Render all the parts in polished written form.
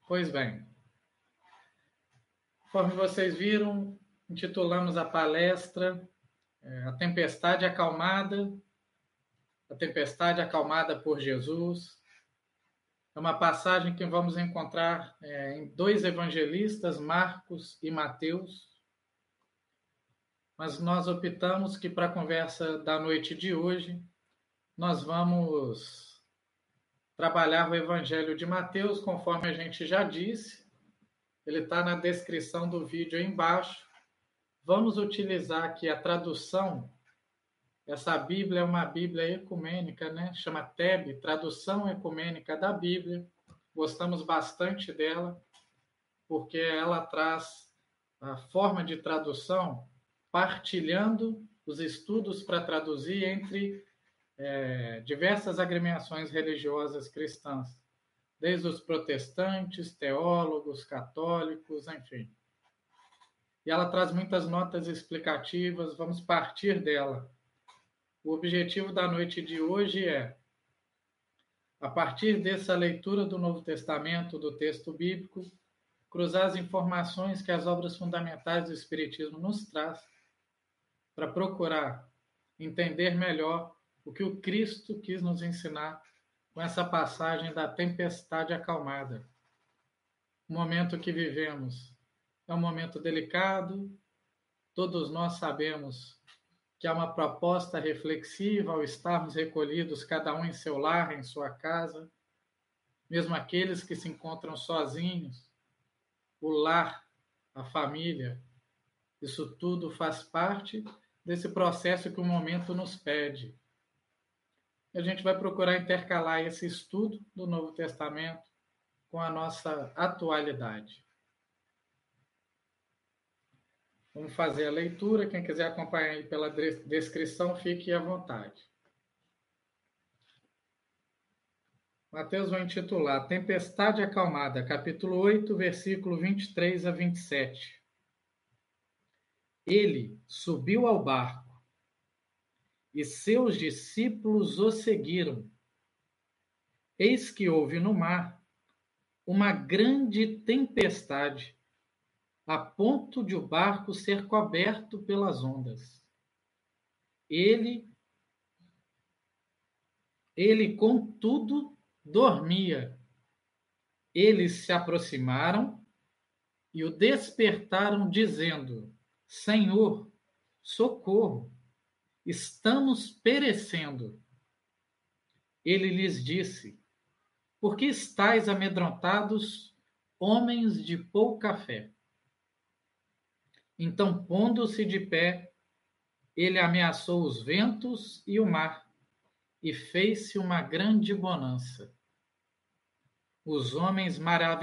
Pois bem, conforme vocês viram, intitulamos a palestra A Tempestade Acalmada por Jesus. É uma passagem que vamos encontrar em dois evangelistas, Marcos e Mateus, mas nós optamos que para a conversa da noite de hoje, nós vamos trabalhar o Evangelho de Mateus, conforme a gente já disse. Ele está na descrição do vídeo aí embaixo. Vamos utilizar aqui a tradução. Essa Bíblia é uma Bíblia ecumênica, né? Chama TEB, Tradução Ecumênica da Bíblia. Gostamos bastante dela, porque ela traz a forma de tradução partilhando os estudos para traduzir entre diversas agremiações religiosas cristãs, desde os protestantes, teólogos, católicos, enfim. E ela traz muitas notas explicativas, vamos partir dela. O objetivo da noite de hoje é, a partir dessa leitura do Novo Testamento, do texto bíblico, cruzar as informações que as obras fundamentais do Espiritismo nos traz para procurar entender melhor o que o Cristo quis nos ensinar com essa passagem da tempestade acalmada. O momento que vivemos é um momento delicado, todos nós sabemos que há uma proposta reflexiva ao estarmos recolhidos, cada um em seu lar, em sua casa, mesmo aqueles que se encontram sozinhos, o lar, a família, isso tudo faz parte desse processo que o momento nos pede. A gente vai procurar intercalar esse estudo do Novo Testamento com a nossa atualidade. Vamos fazer a leitura. Quem quiser acompanhar aí pela descrição, fique à vontade. Mateus vai intitular Tempestade Acalmada, capítulo 8, versículo 23 a 27. Ele subiu ao barco e seus discípulos o seguiram. Eis que houve no mar uma grande tempestade, a ponto de o barco ser coberto pelas ondas. Ele, contudo, dormia. Eles se aproximaram e o despertaram, dizendo: Senhor, socorro, estamos perecendo. Ele lhes disse: Por que estáis amedrontados, homens de pouca fé? Então, pondo-se de pé, ele ameaçou os ventos e o mar, e fez-se uma grande bonança. Os homens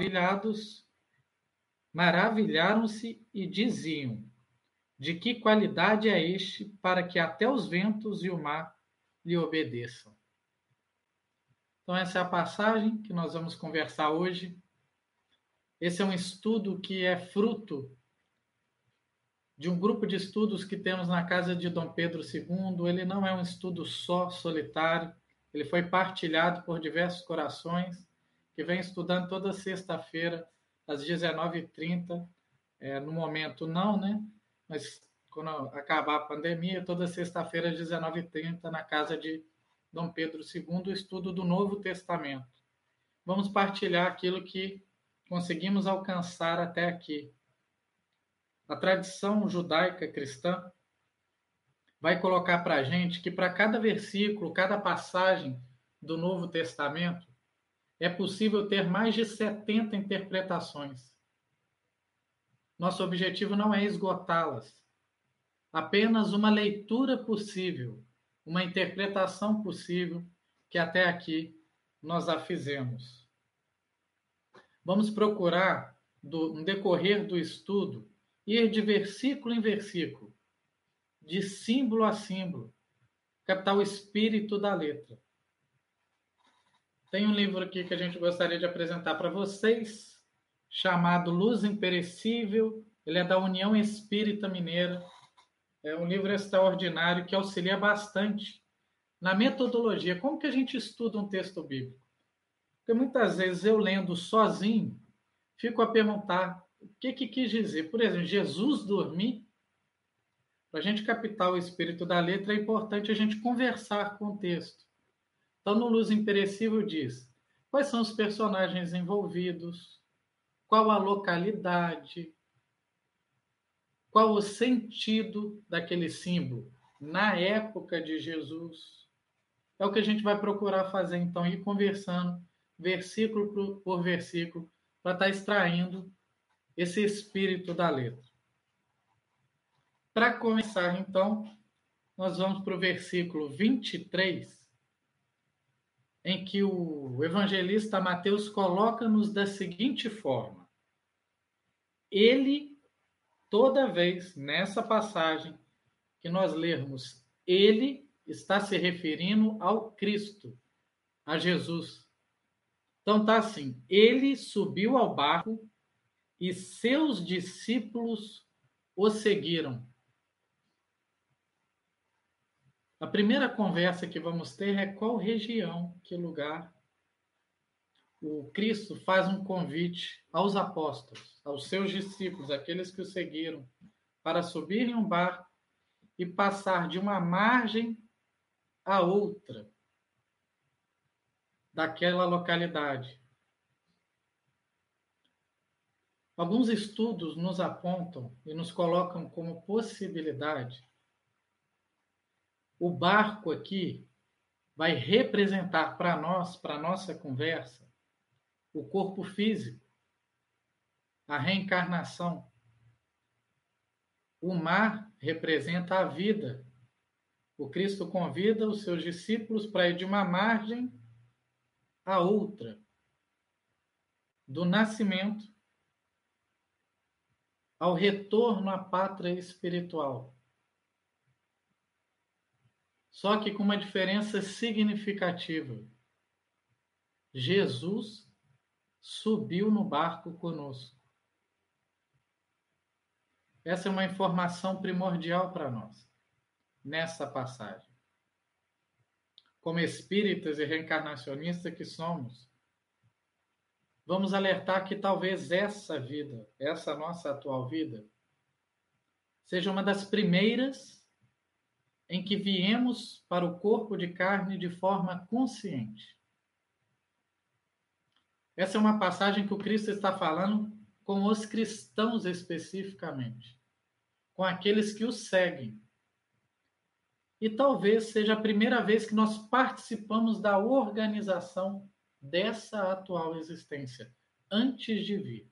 maravilharam-se e diziam: De que qualidade é este para que até os ventos e o mar lhe obedeçam? Então, essa é a passagem que nós vamos conversar hoje. Esse é um estudo que é fruto de um grupo de estudos que temos na casa de Dom Pedro II. Ele não é um estudo só, solitário. Ele foi partilhado por diversos corações que vem estudando toda sexta-feira, às 19h30. No momento não, né? Mas quando acabar a pandemia, toda sexta-feira, às 19h30, na casa de Dom Pedro II, o estudo do Novo Testamento. Vamos partilhar aquilo que conseguimos alcançar até aqui. A tradição judaica cristã vai colocar para a gente que para cada versículo, cada passagem do Novo Testamento, é possível ter mais de 70 interpretações. Nosso objetivo não é esgotá-las, apenas uma leitura possível, uma interpretação possível que até aqui nós a fizemos. Vamos procurar, no decorrer do estudo, ir de versículo em versículo, de símbolo a símbolo, captar o espírito da letra. Tem um livro aqui que a gente gostaria de apresentar para vocês, chamado Luz Imperecível. Ele é da União Espírita Mineira. É um livro extraordinário que auxilia bastante na metodologia. Como que a gente estuda um texto bíblico? Porque muitas vezes eu lendo sozinho, fico a perguntar o que quis dizer. Por exemplo, Jesus dormir. Para a gente captar o espírito da letra, é importante a gente conversar com o texto. Então, no Luz Imperecível diz quais são os personagens envolvidos, qual a localidade, qual o sentido daquele símbolo na época de Jesus. É o que a gente vai procurar fazer, então, ir conversando, versículo por versículo, para estar extraindo esse espírito da letra. Para começar, então, nós vamos para o versículo 23, em que o evangelista Mateus coloca-nos da seguinte forma: ele, toda vez nessa passagem que nós lermos, ele está se referindo ao Cristo, a Jesus. Então tá assim: ele subiu ao barco e seus discípulos o seguiram. A primeira conversa que vamos ter é qual região, que lugar. O Cristo faz um convite aos apóstolos, aos seus discípulos, aqueles que o seguiram, para subir em um barco e passar de uma margem a outra daquela localidade. Alguns estudos nos apontam e nos colocam como possibilidade. O barco aqui vai representar para nós, para a nossa conversa, o corpo físico, a reencarnação. O mar representa a vida. O Cristo convida os seus discípulos para ir de uma margem a outra, do nascimento ao retorno à pátria espiritual. Só que com uma diferença significativa. Jesus subiu no barco conosco. Essa é uma informação primordial para nós, nessa passagem. Como espíritas e reencarnacionistas que somos, vamos alertar que talvez essa vida, essa nossa atual vida, seja uma das primeiras em que viemos para o corpo de carne de forma consciente. Essa é uma passagem que o Cristo está falando com os cristãos especificamente, com aqueles que o seguem. E talvez seja a primeira vez que nós participamos da organização dessa atual existência, antes de vir.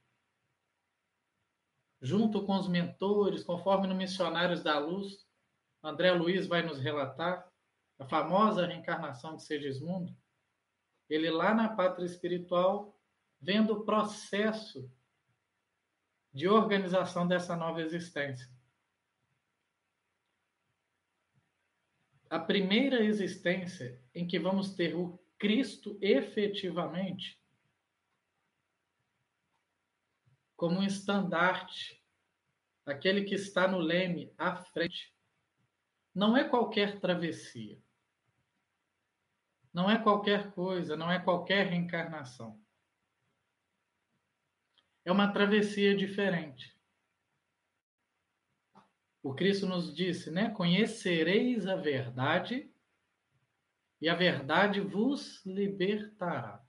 Junto com os mentores, conforme no Missionários da Luz, André Luiz vai nos relatar a famosa reencarnação de Segismundo. Ele lá na pátria espiritual, vendo o processo de organização dessa nova existência. A primeira existência em que vamos ter o Cristo efetivamente como um estandarte, aquele que está no leme à frente. Não é qualquer travessia. Não é qualquer coisa, não é qualquer reencarnação. É uma travessia diferente. O Cristo nos disse, né? Conhecereis a verdade e a verdade vos libertará.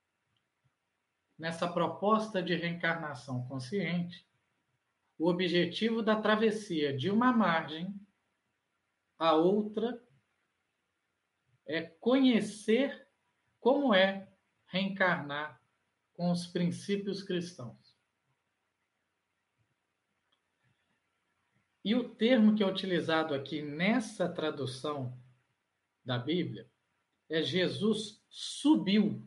Nessa proposta de reencarnação consciente, o objetivo da travessia de uma margem a outra é conhecer como é reencarnar com os princípios cristãos. E o termo que é utilizado aqui nessa tradução da Bíblia é Jesus subiu.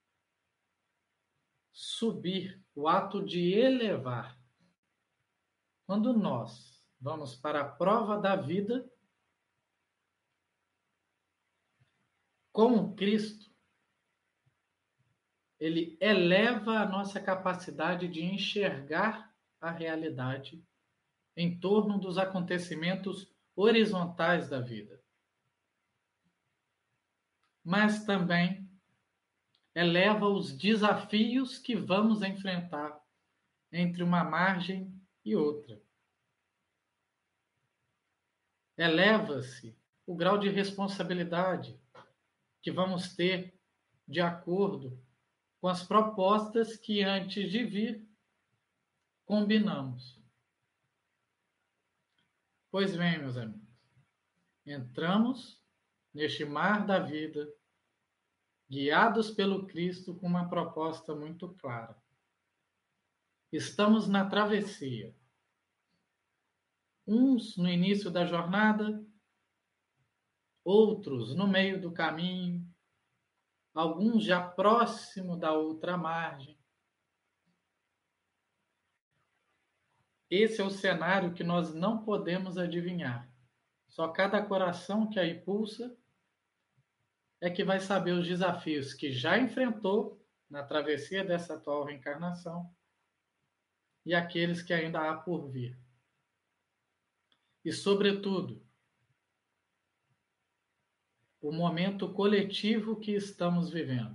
Subir, o ato de elevar. Quando nós vamos para a prova da vida, com Cristo, ele eleva a nossa capacidade de enxergar a realidade em torno dos acontecimentos horizontais da vida. Mas também eleva os desafios que vamos enfrentar entre uma margem e outra. Eleva-se o grau de responsabilidade que vamos ter de acordo com as propostas que antes de vir combinamos. Pois bem, meus amigos, entramos neste mar da vida, guiados pelo Cristo com uma proposta muito clara. Estamos na travessia. Uns no início da jornada, outros no meio do caminho, alguns já próximo da outra margem. Esse é o cenário que nós não podemos adivinhar. Só cada coração que aí pulsa é que vai saber os desafios que já enfrentou na travessia dessa atual reencarnação e aqueles que ainda há por vir. E, sobretudo, o momento coletivo que estamos vivendo.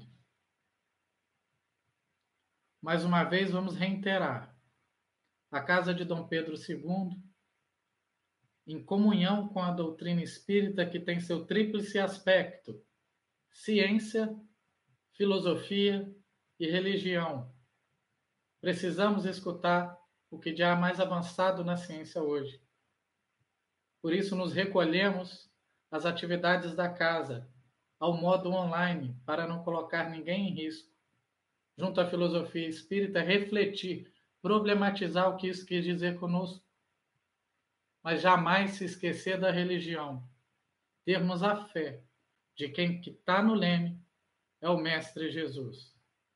Mais uma vez, vamos reiterar. A Casa de Dom Pedro II, em comunhão com a doutrina espírita que tem seu tríplice aspecto: ciência, filosofia e religião. Precisamos escutar o que já há mais avançado na ciência hoje. Por isso, nos recolhemos às atividades da casa, ao modo online, para não colocar ninguém em risco. Junto à filosofia espírita, refletir, problematizar o que isso quis dizer conosco, mas jamais se esquecer da religião. Termos a fé de quem que está no leme é o Mestre Jesus.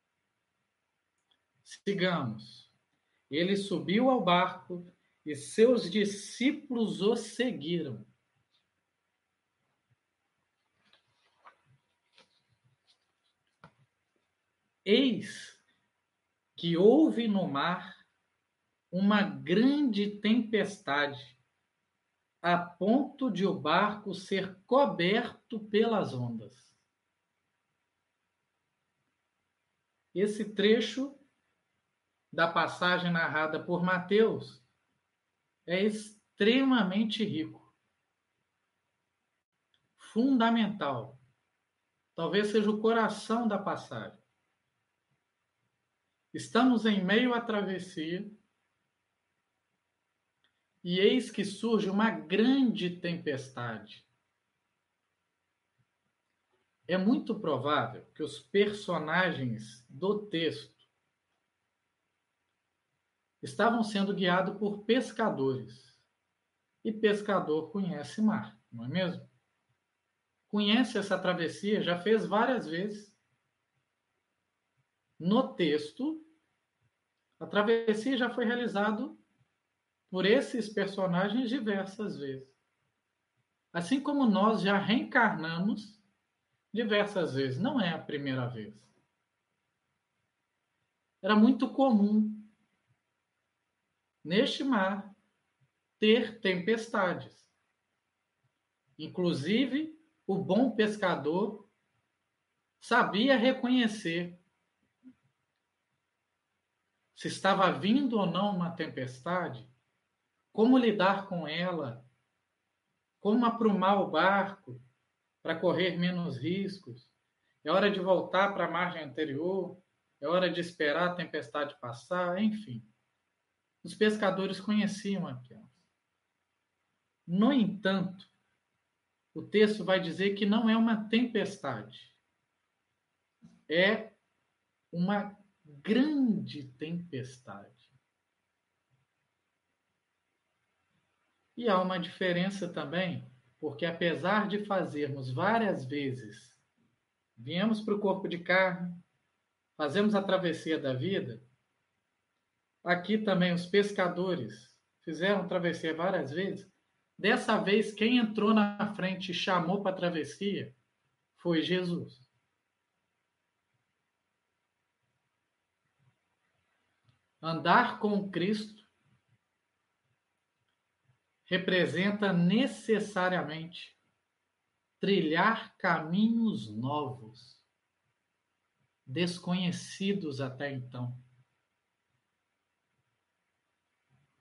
Sigamos. Ele subiu ao barco e seus discípulos o seguiram. Eis que houve no mar uma grande tempestade, a ponto de o barco ser coberto pelas ondas. Esse trecho da passagem narrada por Mateus é extremamente rico, fundamental. Talvez seja o coração da passagem. Estamos em meio à travessia e eis que surge uma grande tempestade. É muito provável que os personagens do texto estavam sendo guiados por pescadores. E pescador conhece mar, não é mesmo? Conhece essa travessia, já fez várias vezes. No texto, a travessia já foi realizada por esses personagens diversas vezes. Assim como nós já reencarnamos diversas vezes, não é a primeira vez. Era muito comum neste mar ter tempestades. Inclusive, o bom pescador sabia reconhecer se estava vindo ou não uma tempestade, como lidar com ela, como aprumar o barco para correr menos riscos. É hora de voltar para a margem anterior, é hora de esperar a tempestade passar, enfim. Os pescadores conheciam aquilo. No entanto, o texto vai dizer que não é uma tempestade, é uma grande tempestade. E há uma diferença também, porque apesar de fazermos várias vezes, viemos para o corpo de carne, fazemos a travessia da vida, aqui também os pescadores fizeram travessia várias vezes. Dessa vez, quem entrou na frente e chamou para a travessia foi Jesus. Andar com Cristo representa necessariamente trilhar caminhos novos, desconhecidos até então.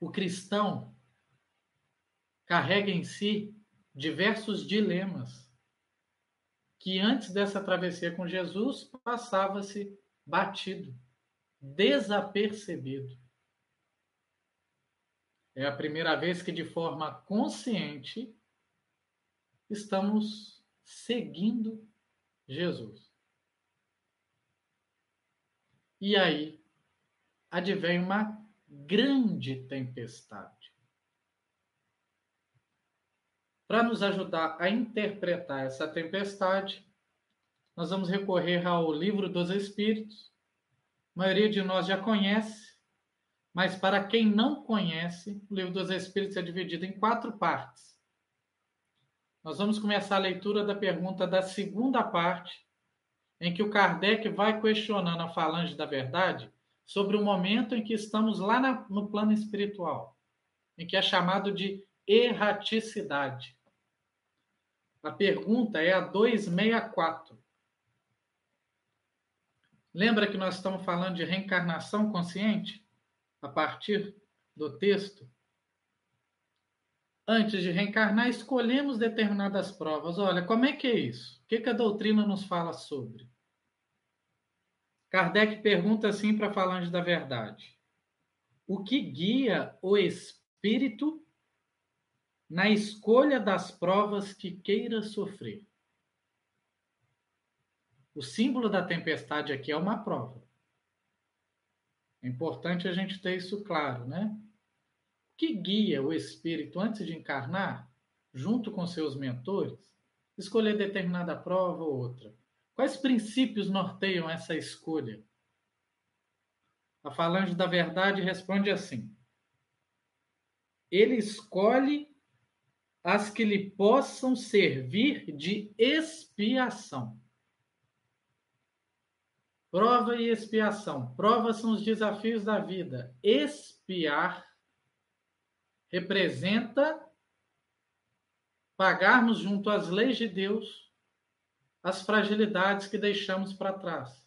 o cristão carrega em si diversos dilemas que antes dessa travessia com Jesus passava-se batido, desapercebido. É a primeira vez que, de forma consciente, estamos seguindo Jesus. E aí advém uma grande tempestade. Para nos ajudar a interpretar essa tempestade, nós vamos recorrer ao Livro dos Espíritos. A maioria de nós já conhece, mas para quem não conhece, o Livro dos Espíritos é dividido em 4 partes. Nós vamos começar a leitura da pergunta da segunda parte, em que o Kardec vai questionando a falange da verdade sobre o momento em que estamos lá no plano espiritual, em que é chamado de erraticidade. A pergunta é a 264. Lembra que nós estamos falando de reencarnação consciente? A partir do texto? Antes de reencarnar, escolhemos determinadas provas. Olha, como é que é isso? O que a doutrina nos fala sobre? Kardec pergunta assim para a falange da verdade: o que guia o espírito na escolha das provas que queira sofrer? O símbolo da tempestade aqui é uma prova. É importante a gente ter isso claro, né? O que guia o espírito antes de encarnar, junto com seus mentores, escolher determinada prova ou outra? Quais princípios norteiam essa escolha? A falange da verdade responde assim: ele escolhe as que lhe possam servir de expiação. Prova e expiação. Prova são os desafios da vida. Expiar representa pagarmos junto às leis de Deus as fragilidades que deixamos para trás.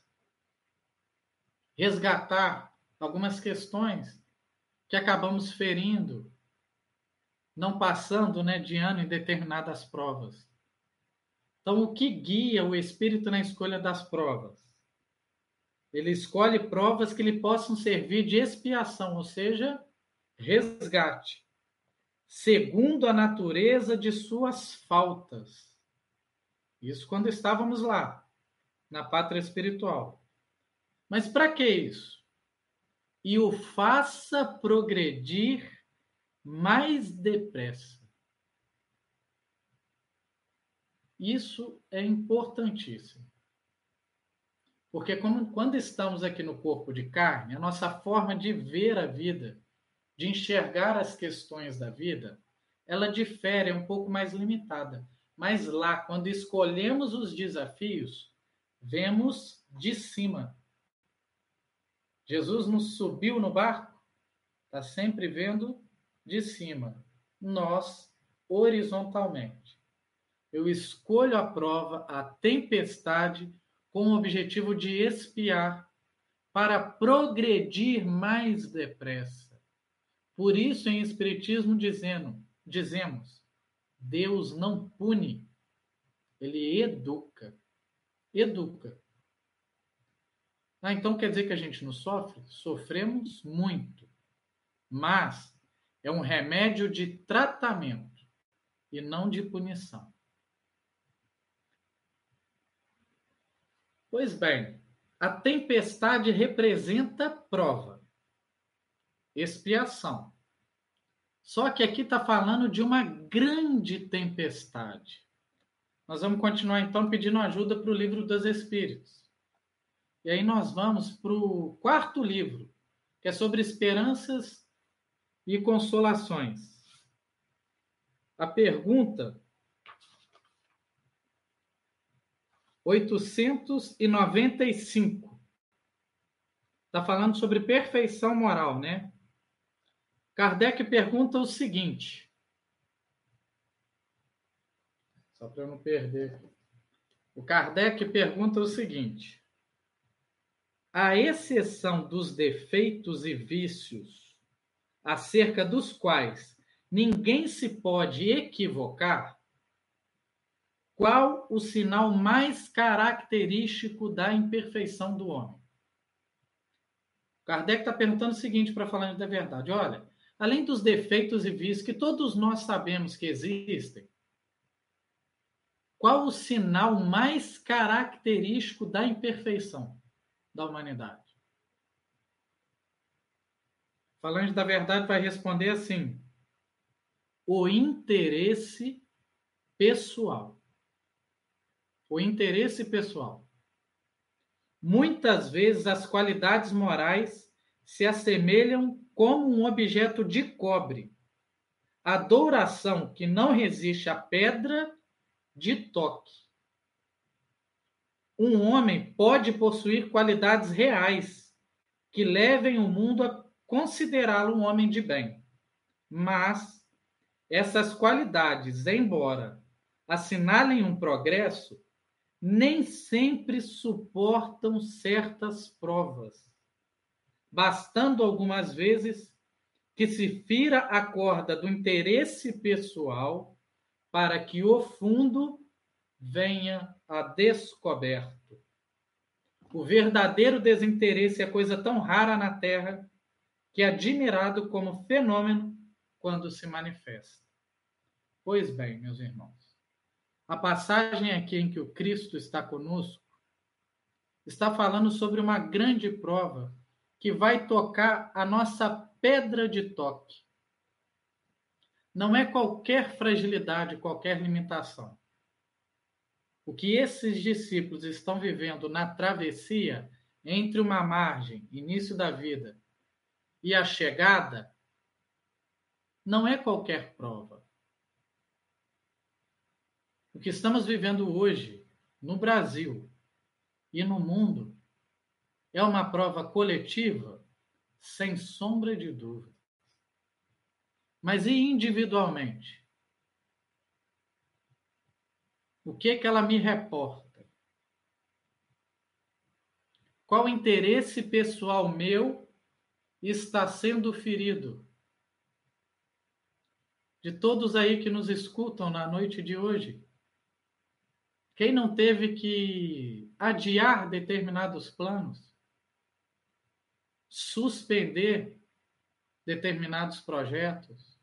Resgatar algumas questões que acabamos ferindo, não passando, de ano em determinadas provas. Então, o que guia o espírito na escolha das provas? Ele escolhe provas que lhe possam servir de expiação, ou seja, resgate, segundo a natureza de suas faltas. Isso quando estávamos lá, na pátria espiritual. Mas para que isso? E o faça progredir mais depressa. Isso é importantíssimo. Porque quando estamos aqui no corpo de carne, a nossa forma de ver a vida, de enxergar as questões da vida, ela difere, é um pouco mais limitada. Mas lá, quando escolhemos os desafios, vemos de cima. Jesus nos subiu no barco, está sempre vendo de cima. Nós, horizontalmente. Eu escolho a prova, a tempestade, com o objetivo de expiar, para progredir mais depressa. Por isso, em Espiritismo dizemos, Deus não pune, Ele educa. Educa. Então quer dizer que a gente não sofre? Sofremos muito. Mas é um remédio de tratamento e não de punição. Pois bem, a tempestade representa prova, expiação. Só que aqui está falando de uma grande tempestade. Nós vamos continuar então pedindo ajuda para o Livro dos Espíritos. E aí nós vamos para o 4º livro, que é sobre esperanças e consolações. A pergunta 895 está falando sobre perfeição moral, né? Kardec pergunta o seguinte, só para eu não perder. O Kardec pergunta o seguinte: à exceção dos defeitos e vícios acerca dos quais ninguém se pode equivocar, qual o sinal mais característico da imperfeição do homem? Kardec está perguntando o seguinte para falar da verdade. Olha, além dos defeitos e vícios que todos nós sabemos que existem, qual o sinal mais característico da imperfeição da humanidade? Falando da verdade, vai responder assim: o interesse pessoal. O interesse pessoal. Muitas vezes as qualidades morais se assemelham como um objeto de cobre. Adoração que não resiste à pedra de toque. Um homem pode possuir qualidades reais que levem o mundo a considerá-lo um homem de bem. Mas essas qualidades, embora assinalem um progresso, nem sempre suportam certas provas, bastando algumas vezes que se fira a corda do interesse pessoal para que o fundo venha a descoberto. O verdadeiro desinteresse é coisa tão rara na Terra que é admirado como fenômeno quando se manifesta. Pois bem, meus irmãos, a passagem aqui em que o Cristo está conosco está falando sobre uma grande prova que vai tocar a nossa pedra de toque. Não é qualquer fragilidade, qualquer limitação. O que esses discípulos estão vivendo na travessia entre uma margem, início da vida, e a chegada, não é qualquer prova. O que estamos vivendo hoje, no Brasil e no mundo, é uma prova coletiva, sem sombra de dúvida. Mas e individualmente? O que ela me reporta? Qual interesse pessoal meu está sendo ferido? De todos aí que nos escutam na noite de hoje, quem não teve que adiar determinados planos, suspender determinados projetos?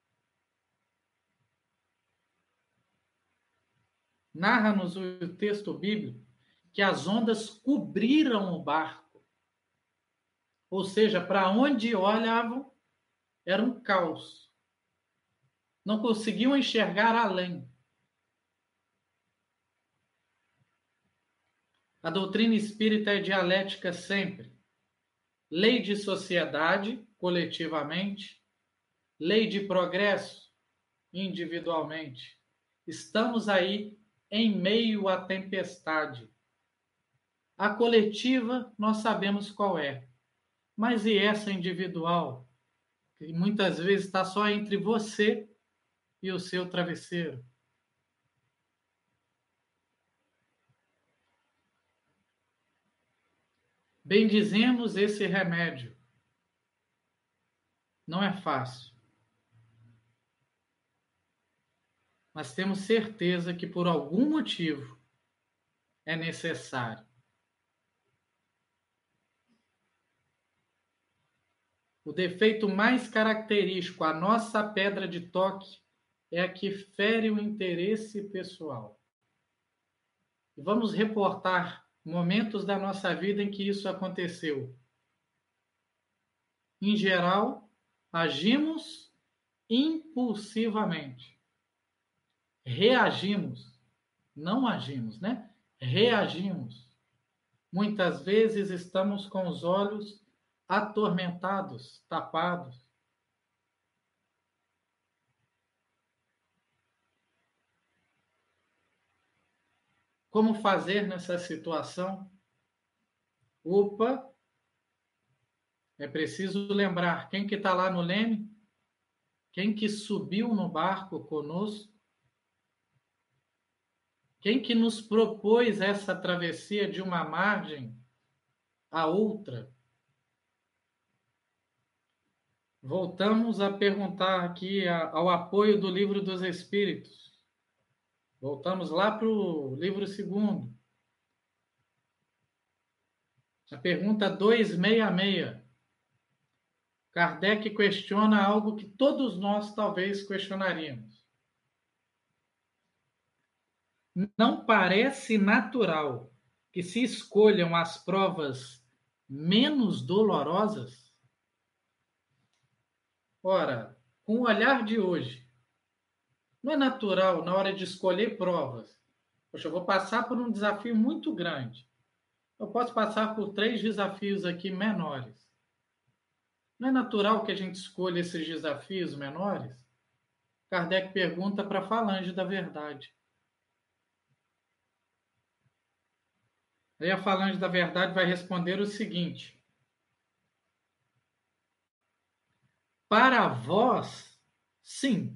Narra-nos o texto bíblico que as ondas cobriram o barco. Ou seja, para onde olhavam era um caos. Não conseguiam enxergar além. A doutrina espírita é dialética sempre. Lei de sociedade, coletivamente. Lei de progresso, individualmente. Estamos aí em meio à tempestade. A coletiva nós sabemos qual é. Mas e essa individual? Que muitas vezes está só entre você e o seu travesseiro. Bendizemos esse remédio. Não é fácil. Mas temos certeza que por algum motivo é necessário. O defeito mais característico, a nossa pedra de toque, é a que fere o interesse pessoal. E vamos reportar momentos da nossa vida em que isso aconteceu. Em geral, agimos impulsivamente. Reagimos, não agimos, né? Reagimos. Muitas vezes estamos com os olhos atormentados, tapados. Como fazer nessa situação? Opa, é preciso lembrar quem que está lá no leme, quem que subiu no barco conosco, quem que nos propôs essa travessia de uma margem a outra. Voltamos a perguntar aqui ao apoio do Livro dos Espíritos. Voltamos lá para o livro 2º. A pergunta 266. Kardec questiona algo que todos nós talvez questionaríamos. Não parece natural que se escolham as provas menos dolorosas? Ora, com o olhar de hoje, não é natural na hora de escolher provas? Poxa, eu vou passar por um desafio muito grande. Eu posso passar por 3 desafios aqui menores. Não é natural que a gente escolha esses desafios menores? Kardec pergunta para a falange da verdade. Aí a falange da verdade vai responder o seguinte: para vós, sim.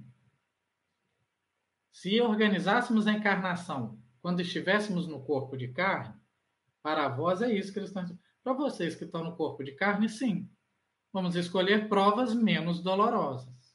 Se organizássemos a encarnação quando estivéssemos no corpo de carne, para vós é isso que eles estão dizendo. Para vocês que estão no corpo de carne, sim. Vamos escolher provas menos dolorosas.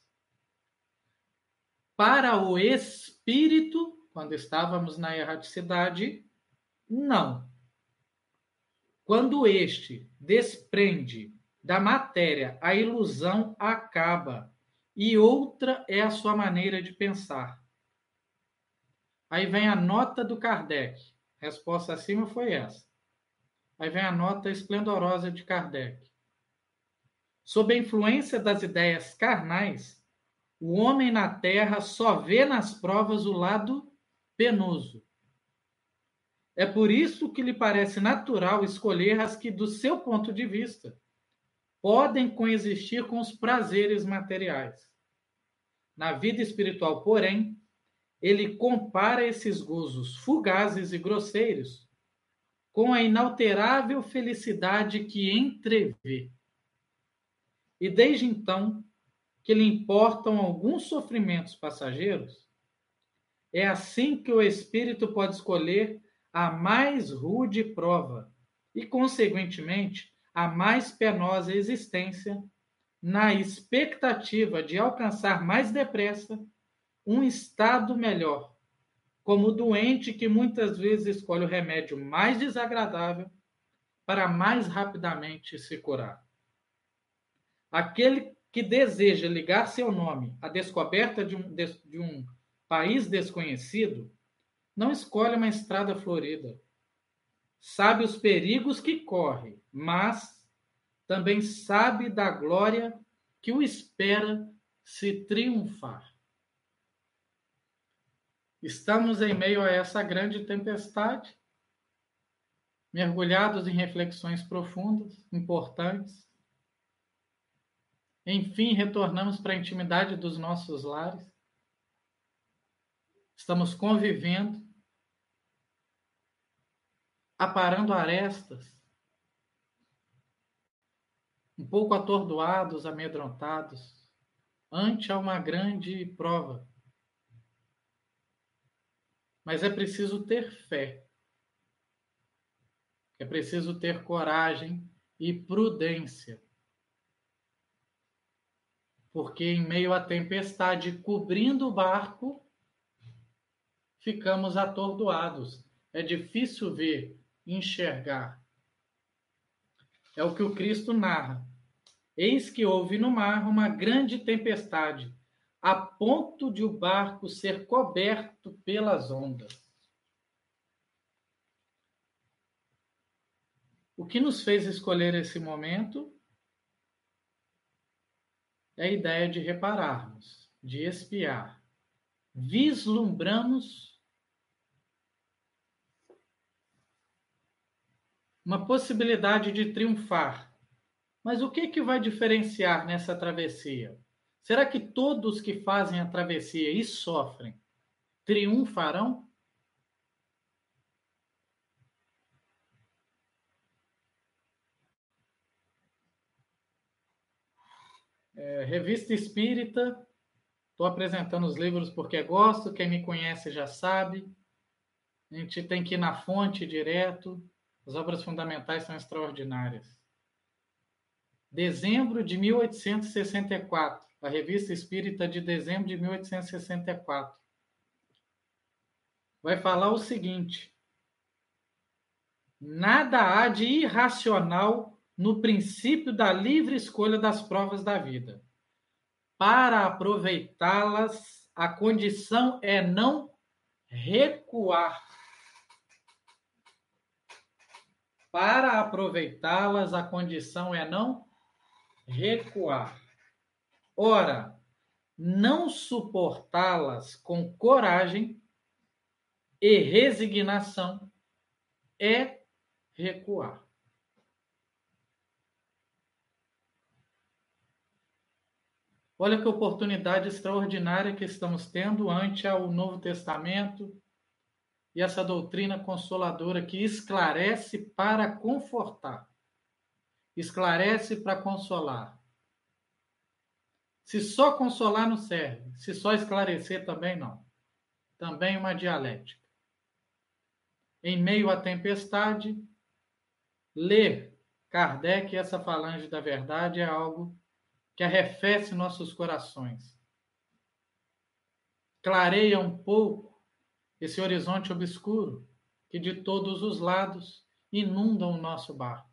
Para o espírito, quando estávamos na erraticidade, não. Quando este desprende da matéria, a ilusão acaba, e outra é a sua maneira de pensar. Aí vem a nota do Kardec. A resposta acima foi essa. Aí vem a nota esplendorosa de Kardec. Sob a influência das ideias carnais, o homem na Terra só vê nas provas o lado penoso. É por isso que lhe parece natural escolher as que, do seu ponto de vista, podem coexistir com os prazeres materiais. Na vida espiritual, porém, ele compara esses gozos fugazes e grosseiros com a inalterável felicidade que entrevê. E desde então, que lhe importam alguns sofrimentos passageiros, é assim que o espírito pode escolher a mais rude prova e, consequentemente, a mais penosa existência, na expectativa de alcançar mais depressa um estado melhor, como o doente que muitas vezes escolhe o remédio mais desagradável para mais rapidamente se curar. Aquele que deseja ligar seu nome à descoberta de um país desconhecido não escolhe uma estrada florida. Sabe os perigos que corre, mas também sabe da glória que o espera se triunfar. Estamos em meio a essa grande tempestade, mergulhados em reflexões profundas, importantes. Enfim, retornamos para a intimidade dos nossos lares. Estamos convivendo, aparando arestas, um pouco atordoados, amedrontados, ante uma grande prova. Mas é preciso ter fé. É preciso ter coragem e prudência. Porque em meio à tempestade cobrindo o barco, ficamos atordoados. É difícil ver, enxergar. É o que o Cristo narra. Eis que houve no mar uma grande tempestade, a ponto de o barco ser coberto pelas ondas. O que nos fez escolher esse momento é a ideia de repararmos, de espiar. Vislumbramos uma possibilidade de triunfar. Mas o que vai diferenciar nessa travessia? Será que todos que fazem a travessia e sofrem triunfarão? Revista Espírita, estou apresentando os livros porque gosto, quem me conhece já sabe. A gente tem que ir na fonte direto. As obras fundamentais são extraordinárias. dezembro de 1864, a Revista Espírita de dezembro de 1864. Vai falar o seguinte: nada há de irracional no princípio da livre escolha das provas da vida. Para aproveitá-las, a condição é não recuar. Para aproveitá-las, a condição é não recuar. Ora, não suportá-las com coragem e resignação é recuar. Olha que oportunidade extraordinária que estamos tendo ante ao Novo Testamento e essa doutrina consoladora que esclarece para confortar, esclarece para consolar. Se só consolar não serve, se só esclarecer também não. Também uma dialética. Em meio à tempestade, ler Kardec, essa falange da verdade, é algo que arrefece nossos corações. Clareia um pouco esse horizonte obscuro que de todos os lados inundam o nosso barco.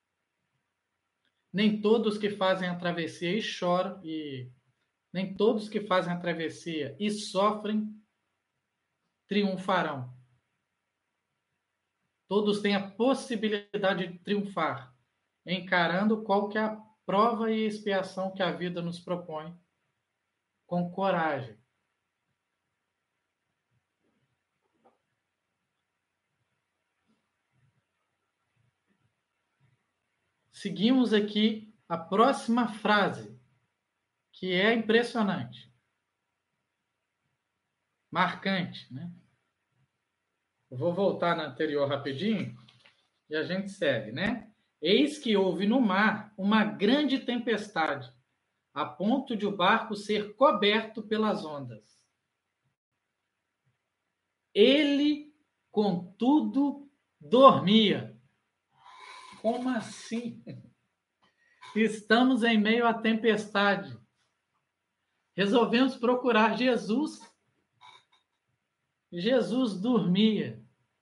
Nem todos que fazem a travessia e choram, nem todos que fazem a travessia e sofrem triunfarão. Todos têm a possibilidade de triunfar, encarando qualquer prova e expiação que a vida nos propõe, com coragem. Seguimos aqui a próxima frase, que é impressionante, marcante, né? Eu vou voltar na anterior rapidinho e a gente segue, né? Eis que houve no mar uma grande tempestade, a ponto de o barco ser coberto pelas ondas. Ele, contudo, dormia. Como assim? Estamos em meio à tempestade. Resolvemos procurar Jesus. Jesus dormia.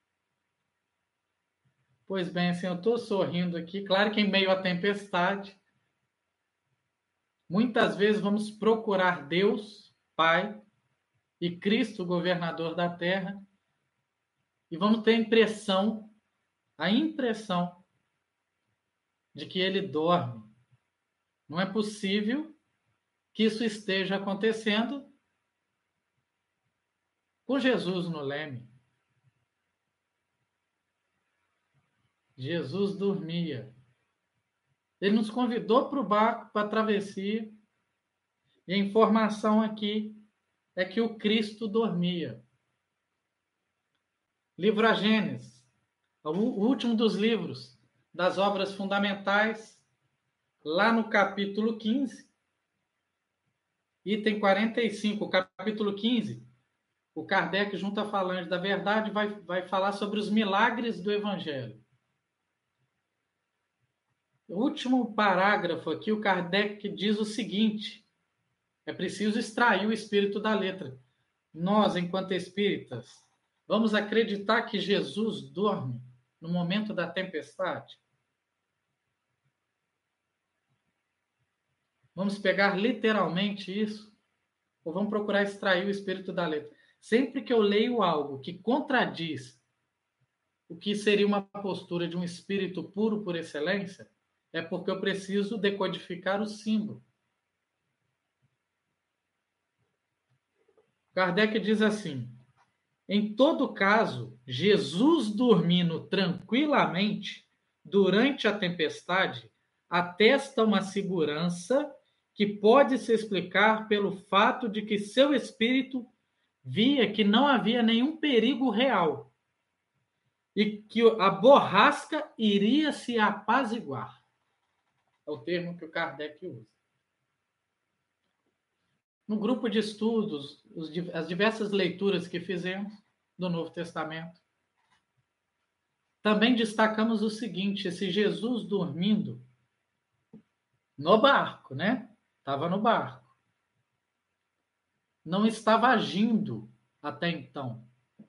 Pois bem, assim, eu estou sorrindo aqui. Claro que em meio à tempestade, muitas vezes vamos procurar Deus, Pai, e Cristo, governador da terra, e vamos ter a impressão de que ele dorme. Não é possível que isso esteja acontecendo com Jesus no leme. Jesus dormia. Ele nos convidou para o barco, para a travessia, e a informação aqui é que o Cristo dormia. Livro A Gênesis, o último dos livros das obras fundamentais, lá no capítulo 15, item 45, capítulo 15, o Kardec, junto à falange da verdade, vai falar sobre os milagres do Evangelho. O último parágrafo aqui, o Kardec diz o seguinte: é preciso extrair o espírito da letra. Nós, enquanto espíritas, vamos acreditar que Jesus dorme no momento da tempestade? Vamos pegar literalmente isso? Ou vamos procurar extrair o espírito da letra? Sempre que eu leio algo que contradiz o que seria uma postura de um espírito puro por excelência, é porque eu preciso decodificar o símbolo. Kardec diz assim: em todo caso, Jesus dormindo tranquilamente durante a tempestade atesta uma segurança que pode se explicar pelo fato de que seu espírito via que não havia nenhum perigo real e que a borrasca iria se apaziguar. É o termo que o Kardec usa. No grupo de estudos, as diversas leituras que fizemos do Novo Testamento, também destacamos o seguinte: esse Jesus dormindo no barco, né? Estava no barco. Não estava agindo até então.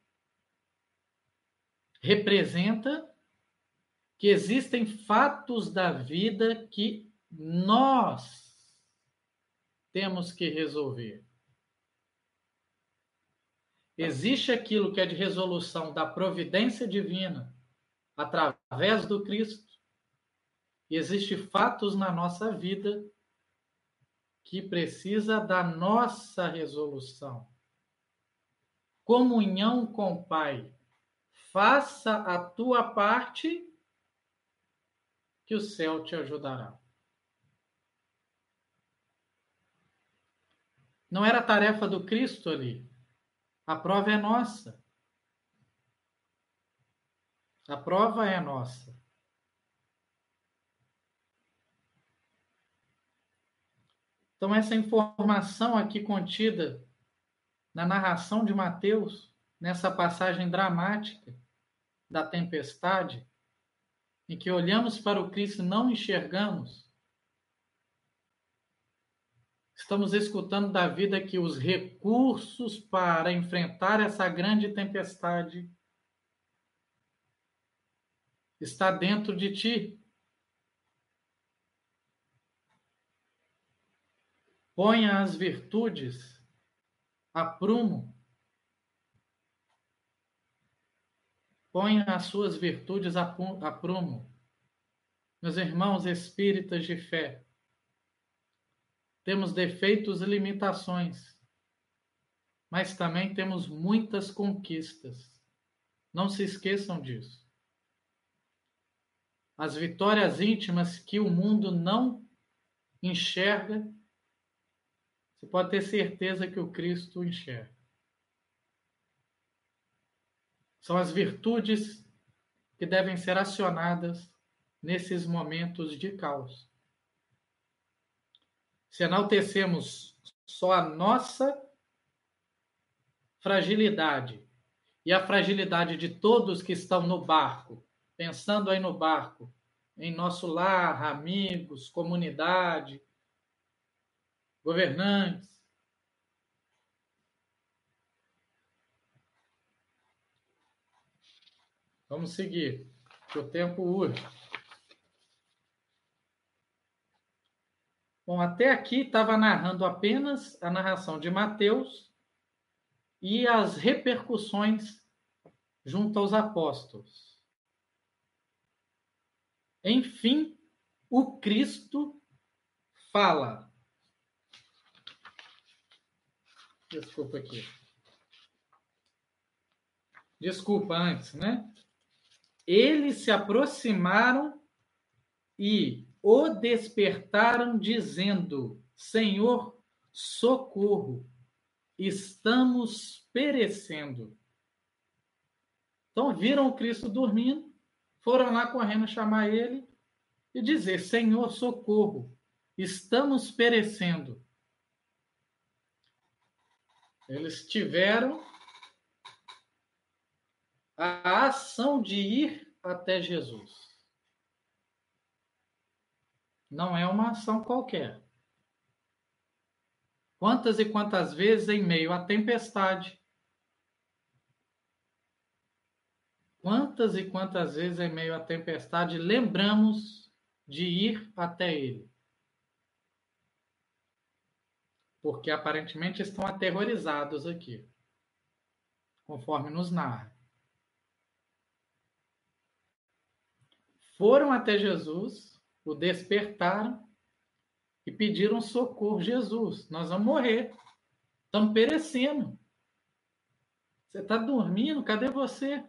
Representa que existem fatos da vida que nós temos que resolver. Existe aquilo que é de resolução da providência divina através do Cristo. E existem fatos na nossa vida que precisa da nossa resolução. Comunhão com o Pai. Faça a tua parte que o céu te ajudará. Não era tarefa do Cristo ali. A prova é nossa. A prova é nossa. Então, essa informação aqui contida na narração de Mateus, nessa passagem dramática da tempestade, em que olhamos para o Cristo e não enxergamos, estamos escutando da vida que os recursos para enfrentar essa grande tempestade está dentro de ti. Ponha as virtudes a prumo. Ponha as suas virtudes a prumo. Meus irmãos espíritas de fé, temos defeitos e limitações, mas também temos muitas conquistas. Não se esqueçam disso. As vitórias íntimas que o mundo não enxerga, você pode ter certeza que o Cristo enxerga. São as virtudes que devem ser acionadas nesses momentos de caos. Se enaltecemos só a nossa fragilidade e a fragilidade de todos que estão no barco, pensando aí no barco, em nosso lar, amigos, comunidade, governantes, vamos seguir, que o tempo urge. Bom, até aqui estava narrando apenas a narração de Mateus e as repercussões junto aos apóstolos. Enfim, o Cristo fala. Desculpa aqui. Desculpa antes, né? Eles se aproximaram e o despertaram, dizendo: Senhor, socorro, estamos perecendo. Então viram o Cristo dormindo, foram lá correndo chamar ele e dizer: Senhor, socorro, estamos perecendo. Eles tiveram a ação de ir até Jesus. Não é uma ação qualquer. Quantas e quantas vezes em meio à tempestade, quantas e quantas vezes em meio à tempestade lembramos de ir até ele? Porque aparentemente estão aterrorizados aqui, conforme nos narra. Foram até Jesus, o despertaram e pediram socorro. Jesus, nós vamos morrer, estamos perecendo. Você está dormindo? Cadê você?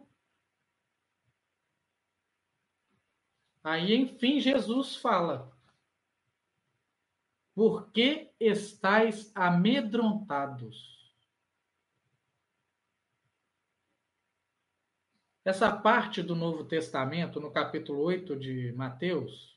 Aí, enfim, Jesus fala: Por que estáis amedrontados? Essa parte do Novo Testamento, no capítulo 8 de Mateus,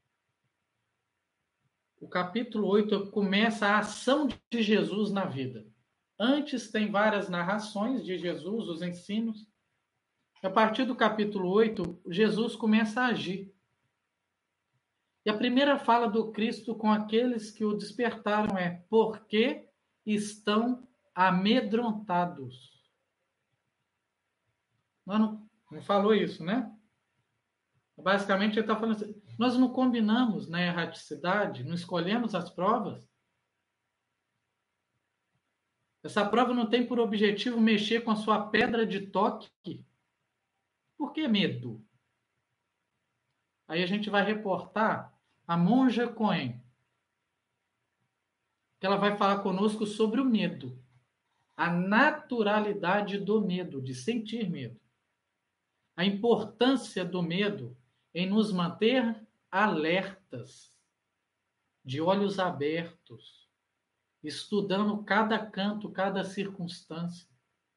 o capítulo 8 começa a ação de Jesus na vida. Antes tem várias narrações de Jesus, os ensinos. A partir do capítulo 8, Jesus começa a agir. E a primeira fala do Cristo com aqueles que o despertaram é: porque estão amedrontados. Não falou isso, né? Basicamente, ele está falando assim: nós não combinamos na erraticidade, não escolhemos as provas. Essa prova não tem por objetivo mexer com a sua pedra de toque. Por que medo? Aí a gente vai reportar a monja Cohen, que ela vai falar conosco sobre o medo, a naturalidade do medo, de sentir medo, a importância do medo em nos manter alertas, de olhos abertos, estudando cada canto, cada circunstância.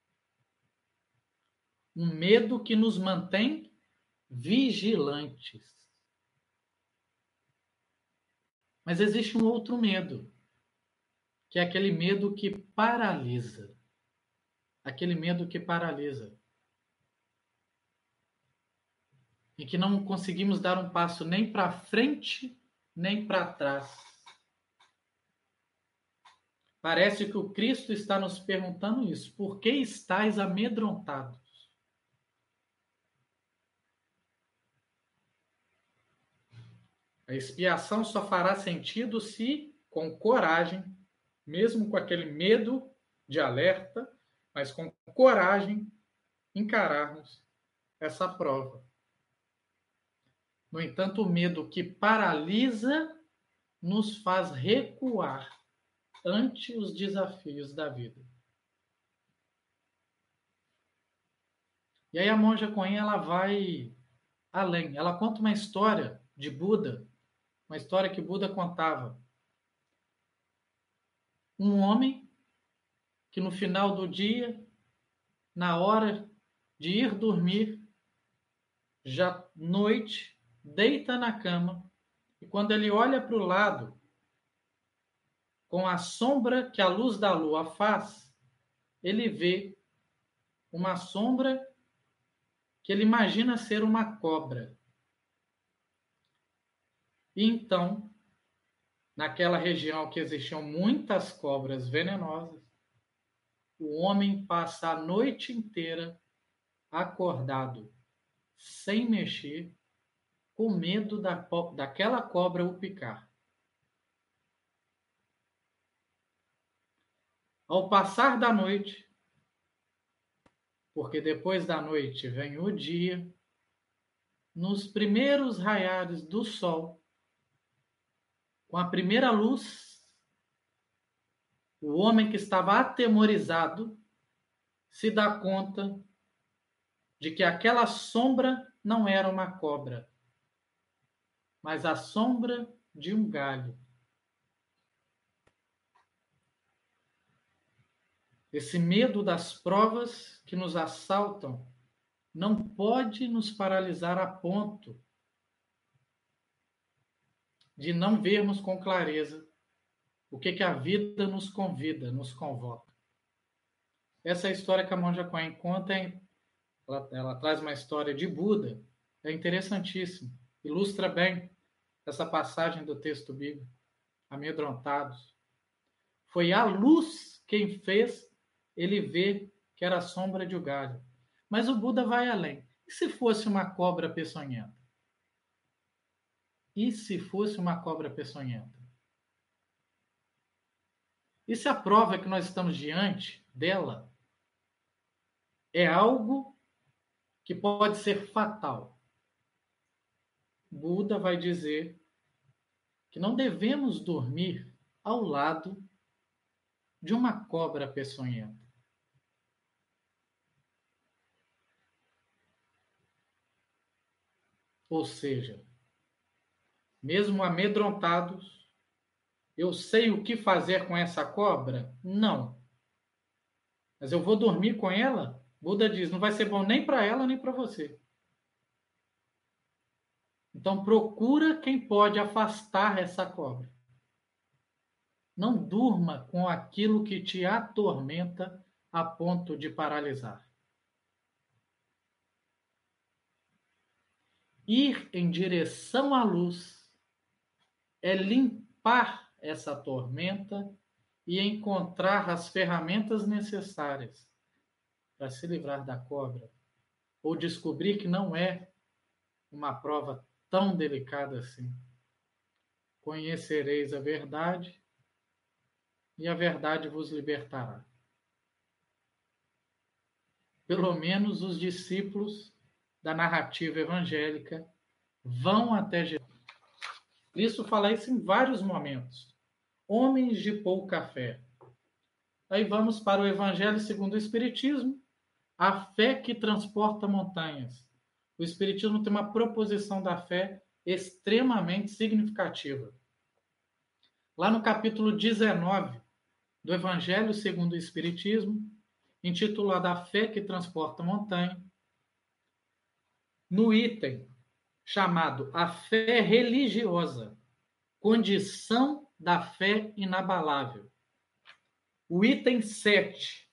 Um medo que nos mantém vigilantes. Mas existe um outro medo, que é aquele medo que paralisa. Aquele medo que paralisa. E que não conseguimos dar um passo nem para frente, nem para trás. Parece que o Cristo está nos perguntando isso. Por que estáis amedrontados? A expiação só fará sentido se, com coragem, mesmo com aquele medo de alerta, mas com coragem, encararmos essa prova. No entanto, o medo que paralisa nos faz recuar ante os desafios da vida. E aí a monja Coen, ela vai além. Ela conta uma história de Buda, uma história que Buda contava. Um homem que no final do dia, na hora de ir dormir, já noite, deita na cama e quando ele olha para o lado, com a sombra que a luz da lua faz, ele vê uma sombra que ele imagina ser uma cobra. E então, naquela região que existiam muitas cobras venenosas, o homem passa a noite inteira acordado, sem mexer, com medo daquela cobra o picar. Ao passar da noite, porque depois da noite vem o dia, nos primeiros raiares do sol, com a primeira luz, o homem que estava atemorizado se dá conta de que aquela sombra não era uma cobra, mas a sombra de um galho. Esse medo das provas que nos assaltam não pode nos paralisar a ponto de não vermos com clareza o que a vida nos convida, nos convoca. Essa é a história que a monja Coen conta, ela traz uma história de Buda, é interessantíssimo, ilustra bem essa passagem do texto bíblico, amedrontados. Foi a luz quem fez ele ver que era a sombra de um galho. Mas o Buda vai além. E se fosse uma cobra peçonhenta? E se fosse uma cobra peçonhenta? E se a prova que nós estamos diante dela é algo que pode ser fatal? Buda vai dizer que não devemos dormir ao lado de uma cobra peçonhenta. Ou seja, mesmo amedrontados, eu sei o que fazer com essa cobra? Não. Mas eu vou dormir com ela? Buda diz, não vai ser bom nem para ela nem para você. Então procura quem pode afastar essa cobra. Não durma com aquilo que te atormenta a ponto de paralisar. Ir em direção à luz é limpar essa tormenta e encontrar as ferramentas necessárias para se livrar da cobra, ou descobrir que não é uma prova tão delicada assim. Conhecereis a verdade, e a verdade vos libertará. Pelo menos os discípulos da narrativa evangélica vão até Jesus. Isso fala isso em vários momentos. Homens de pouca fé. Aí vamos para o Evangelho segundo o Espiritismo, a fé que transporta montanhas. O Espiritismo tem uma proposição da fé extremamente significativa. Lá no capítulo 19 do Evangelho segundo o Espiritismo, intitulado A Fé que Transporta Montanha, no item chamado A Fé Religiosa, condição da fé inabalável. O item 7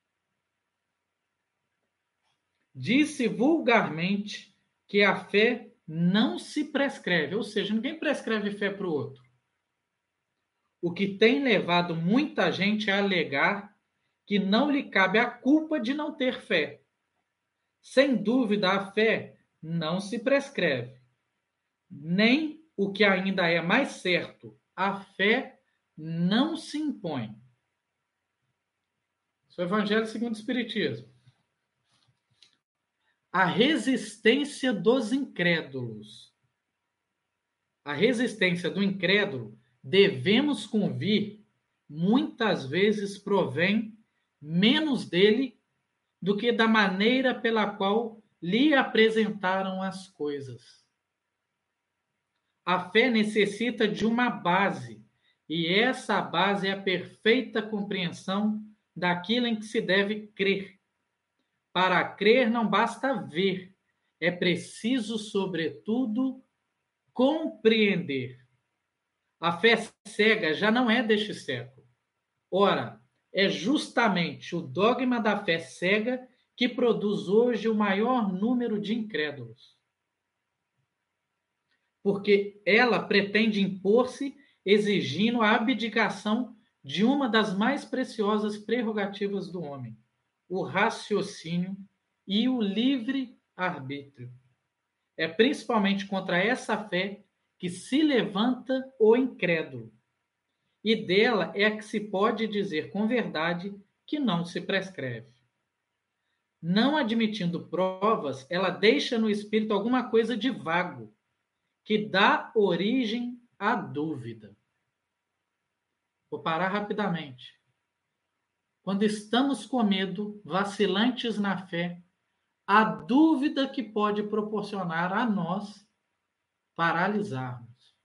disse vulgarmente que a fé não se prescreve, ou seja, ninguém prescreve fé para o outro. O que tem levado muita gente a alegar que não lhe cabe a culpa de não ter fé. Sem dúvida, a fé não se prescreve. Nem o que ainda é mais certo, a fé não se impõe. Isso é o Evangelho segundo o Espiritismo. A resistência dos incrédulos. A resistência do incrédulo, devemos convir, muitas vezes provém menos dele do que da maneira pela qual lhe apresentaram as coisas. A fé necessita de uma base, e essa base é a perfeita compreensão daquilo em que se deve crer. Para crer não basta ver, é preciso, sobretudo, compreender. A fé cega já não é deste século. Ora, é justamente o dogma da fé cega que produz hoje o maior número de incrédulos. Porque ela pretende impor-se exigindo a abdicação de uma das mais preciosas prerrogativas do homem, o raciocínio e o livre-arbítrio. É principalmente contra essa fé que se levanta o incrédulo, e dela é que se pode dizer com verdade que não se prescreve. Não admitindo provas, ela deixa no espírito alguma coisa de vago, que dá origem à dúvida. Vou parar rapidamente. Quando estamos com medo, vacilantes na fé, a dúvida que pode proporcionar a nós paralisarmos.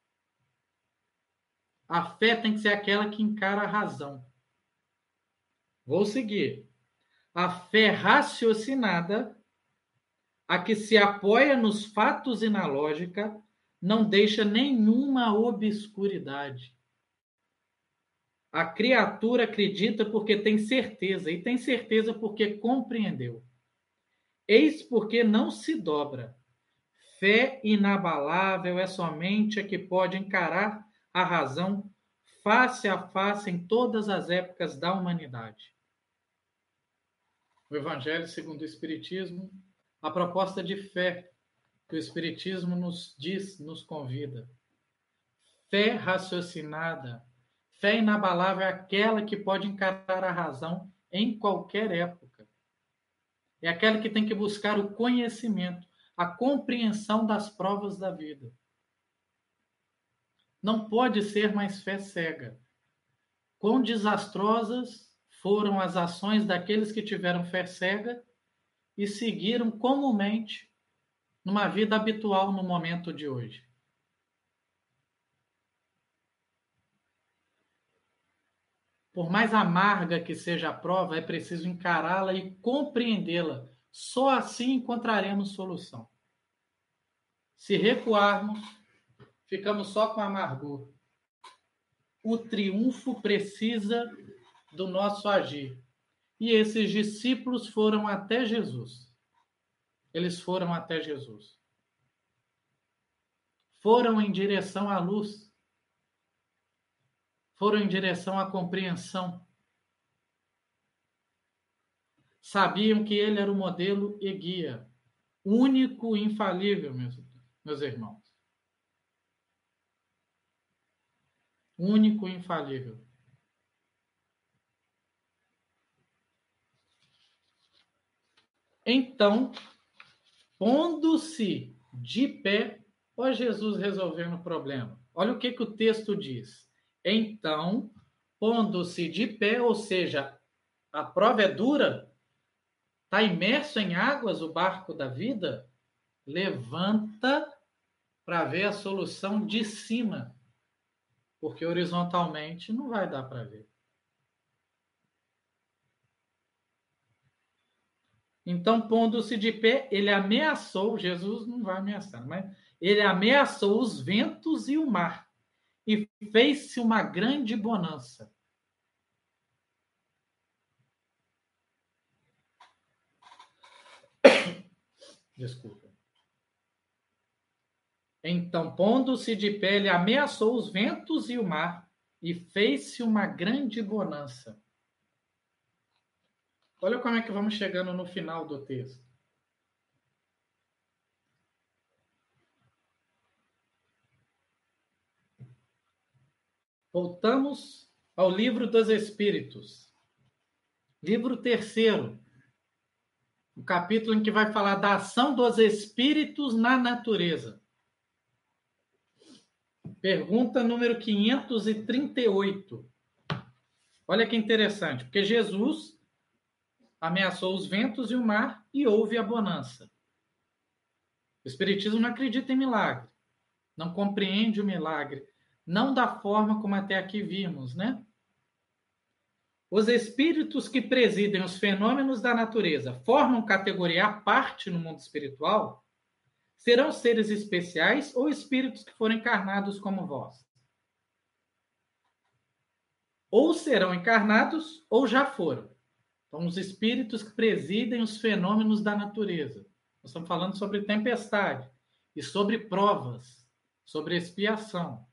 A fé tem que ser aquela que encara a razão. Vou seguir. A fé raciocinada, a que se apoia nos fatos e na lógica, não deixa nenhuma obscuridade. A criatura acredita porque tem certeza, e tem certeza porque compreendeu. Eis porque não se dobra. Fé inabalável é somente a que pode encarar a razão face a face em todas as épocas da humanidade. O Evangelho segundo o Espiritismo, a proposta de fé que o Espiritismo nos diz, nos convida. Fé raciocinada, fé inabalável é aquela que pode encarar a razão em qualquer época. É aquela que tem que buscar o conhecimento, a compreensão das provas da vida. Não pode ser mais fé cega. Quão desastrosas foram as ações daqueles que tiveram fé cega e seguiram comumente numa vida habitual no momento de hoje. Por mais amarga que seja a prova, é preciso encará-la e compreendê-la. Só assim encontraremos solução. Se recuarmos, ficamos só com amargor. O triunfo precisa do nosso agir. E esses discípulos foram até Jesus. Eles foram até Jesus. Foram em direção à luz. foram em direção à compreensão. Sabiam que ele era o modelo e guia, único e infalível, meus irmãos. Único e infalível. Então, pondo-se de pé, ó Jesus resolvendo o problema. Olha o que o texto diz. Então, pondo-se de pé, ou seja, a prova é dura, está imerso em águas o barco da vida, levanta para ver a solução de cima, porque horizontalmente não vai dar para ver. Então, pondo-se de pé, ele ameaçou, Jesus não vai ameaçar, mas ele ameaçou os ventos e o mar, e fez-se uma grande bonança. Desculpa. Então, pondo-se de pé, ele ameaçou os ventos e o mar, e fez-se uma grande bonança. Olha como é que vamos chegando no final do texto. Voltamos ao livro dos Espíritos. Livro 3º. O capítulo em que vai falar da ação dos espíritos na natureza. Pergunta número 538. Olha que interessante, porque Jesus ameaçou os ventos e o mar e houve a bonança. O Espiritismo não acredita em milagre, não compreende o milagre, não da forma como até aqui vimos, né? Os espíritos que presidem os fenômenos da natureza formam categoria à parte no mundo espiritual? Serão seres especiais ou espíritos que foram encarnados como vós? Ou serão encarnados ou já foram. Então, os espíritos que presidem os fenômenos da natureza. Nós estamos falando sobre tempestade e sobre provas, sobre expiação.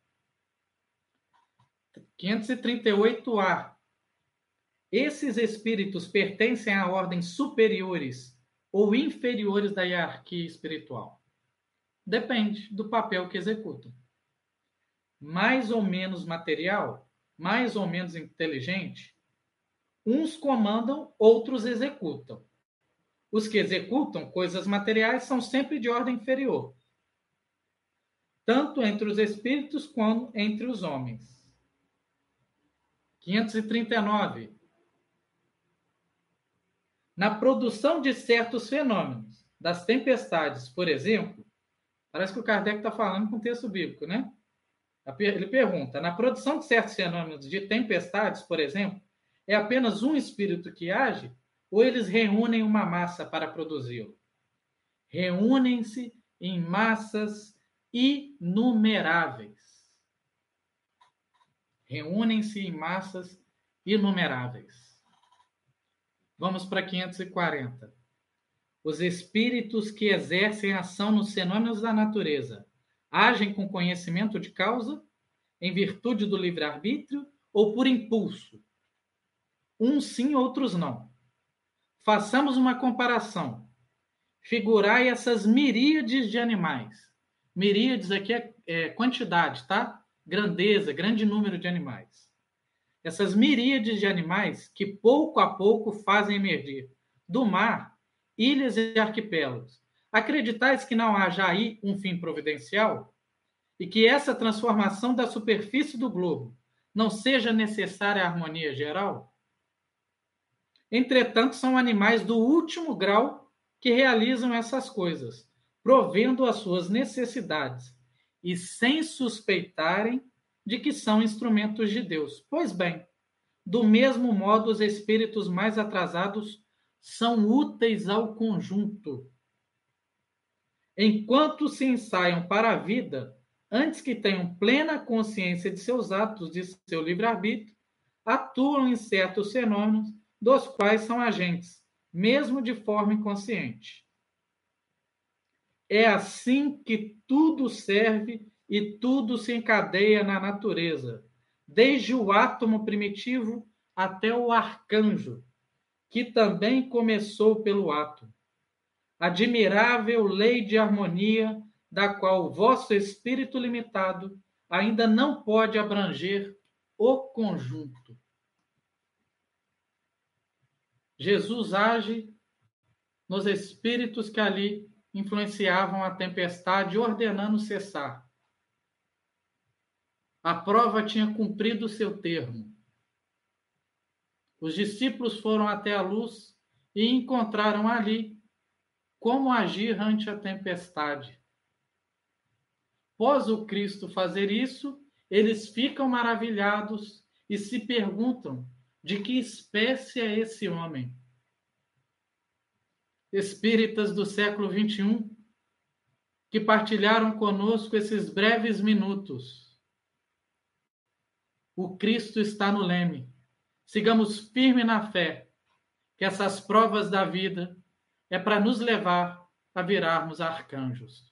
538A. Esses espíritos pertencem a ordens superiores ou inferiores da hierarquia espiritual? Depende do papel que executam. Mais ou menos material, mais ou menos inteligente, uns comandam, outros executam. Os que executam coisas materiais são sempre de ordem inferior, tanto entre os espíritos quanto entre os homens. 539. Na produção de certos fenômenos, das tempestades, por exemplo, parece que o Kardec está falando com o texto bíblico, né? Ele pergunta, na produção de certos fenômenos de tempestades, por exemplo, é apenas um espírito que age ou eles reúnem uma massa para produzi-lo? Reúnem-se em massas inumeráveis. Reúnem-se em massas inumeráveis. Vamos para 540. Os espíritos que exercem ação nos fenômenos da natureza agem com conhecimento de causa, em virtude do livre-arbítrio ou por impulso? Uns sim, outros não. Façamos uma comparação. Figurai essas miríades de animais. Miríades aqui é quantidade, tá? Grandeza, grande número de animais. Essas miríades de animais que pouco a pouco fazem emergir do mar ilhas e arquipélagos. Acreditais que não haja aí um fim providencial? E que essa transformação da superfície do globo não seja necessária à harmonia geral? Entretanto, são animais do último grau que realizam essas coisas, provendo as suas necessidades e sem suspeitarem de que são instrumentos de Deus. Pois bem, do mesmo modo, os espíritos mais atrasados são úteis ao conjunto. Enquanto se ensaiam para a vida, antes que tenham plena consciência de seus atos, de seu livre-arbítrio, atuam em certos fenômenos dos quais são agentes, mesmo de forma inconsciente. É assim que tudo serve e tudo se encadeia na natureza, desde o átomo primitivo até o arcanjo, que também começou pelo átomo. Admirável lei de harmonia, da qual o vosso espírito limitado ainda não pode abranger o conjunto. Jesus age nos espíritos que ali influenciavam a tempestade, ordenando cessar. A prova tinha cumprido seu termo. Os discípulos foram até a luz e encontraram ali como agir ante a tempestade. Após o Cristo fazer isso, eles ficam maravilhados e se perguntam de que espécie é esse homem. Espíritas do século XXI, que partilharam conosco esses breves minutos. O Cristo está no leme. Sigamos firme na fé, que essas provas da vida é para nos levar a virarmos arcanjos.